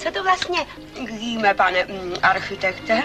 Co to vlastně jíme, pane architekte?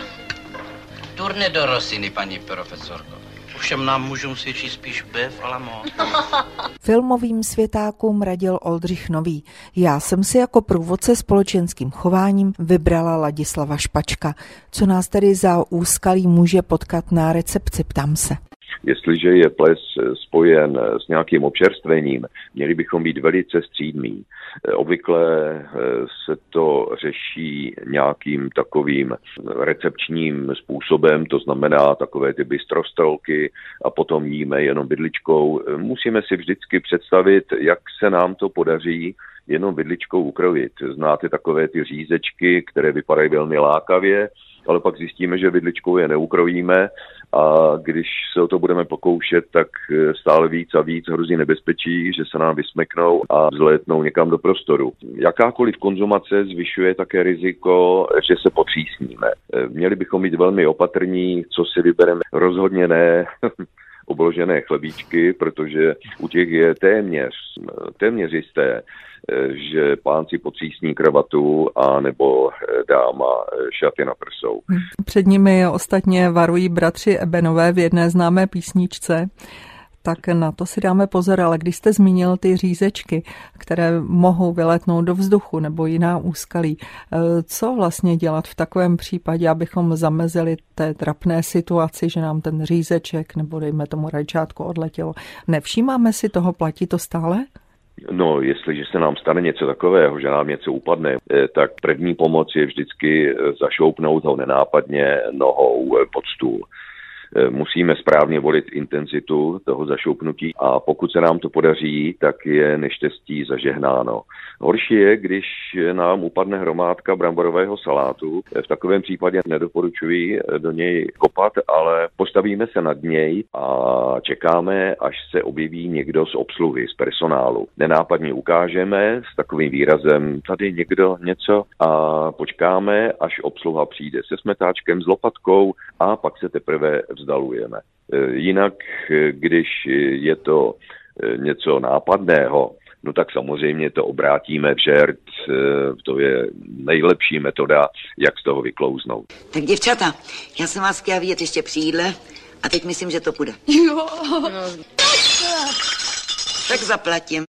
Turne do Rosiny, paní profesorko. Ovšem nám mužům svědčí spíš bev a la mode. Filmovým světákům radil Oldřich Nový. Já jsem si jako průvodce společenským chováním vybrala Ladislava Špačka. Co nás tedy za úskalí může potkat na recepci, ptám se. Jestliže je ples spojen s nějakým občerstvením, měli bychom být velice střídmí. Obvykle se to řeší nějakým takovým recepčním způsobem, to znamená takové ty bystrostolky a potom jíme jenom vidličkou. Musíme si vždycky představit, jak se nám to podaří jenom vidličkou ukrojit. Znáte takové ty řízečky, které vypadají velmi lákavě, ale pak zjistíme, že vidličkou je neukrojíme a když se o to budeme pokoušet, tak stále víc a víc hrozí nebezpečí, že se nám vysmeknou a vzlétnou někam do prostoru. Jakákoliv konzumace zvyšuje také riziko, že se potřísníme. Měli bychom být velmi opatrní, co si vybereme. Rozhodně ne obložené chlebíčky, protože u těch je téměř jisté, že pán si potřísní kravatu a nebo dáma šaty na prsou. Před nimi ostatně varují bratři Ebenové v jedné známé písničce. Tak na to si dáme pozor, ale když jste zmínil ty řízečky, které mohou vyletnout do vzduchu nebo jiná úskalí, co vlastně dělat v takovém případě, abychom zamezili té trapné situaci, že nám ten řízeček nebo dejme tomu rajčátko odletělo. Nevšímáme si toho, platí to stále? No, jestliže se nám stane něco takového, že nám něco upadne, tak první pomoc je vždycky zašoupnout ho nenápadně nohou pod stůl. Musíme správně volit intenzitu toho zašoupnutí a pokud se nám to podaří, tak je neštěstí zažehnáno. Horší je, když nám upadne hromádka bramborového salátu. V takovém případě nedoporučuji do něj kopat, ale postavíme se nad něj a čekáme, až se objeví někdo z obsluhy, z personálu. Nenápadně ukážeme s takovým výrazem tady někdo něco a počkáme, až obsluha přijde se smetáčkem, s lopatkou a pak se teprve vzdalujeme. Jinak, když je to něco nápadného, no tak samozřejmě to obrátíme v žert, to je nejlepší metoda, jak z toho vyklouznout. Tak děvčata, já jsem vás chtěla vidět ještě při jídle a teď myslím, že to půjde. Jo. Tak zaplatím.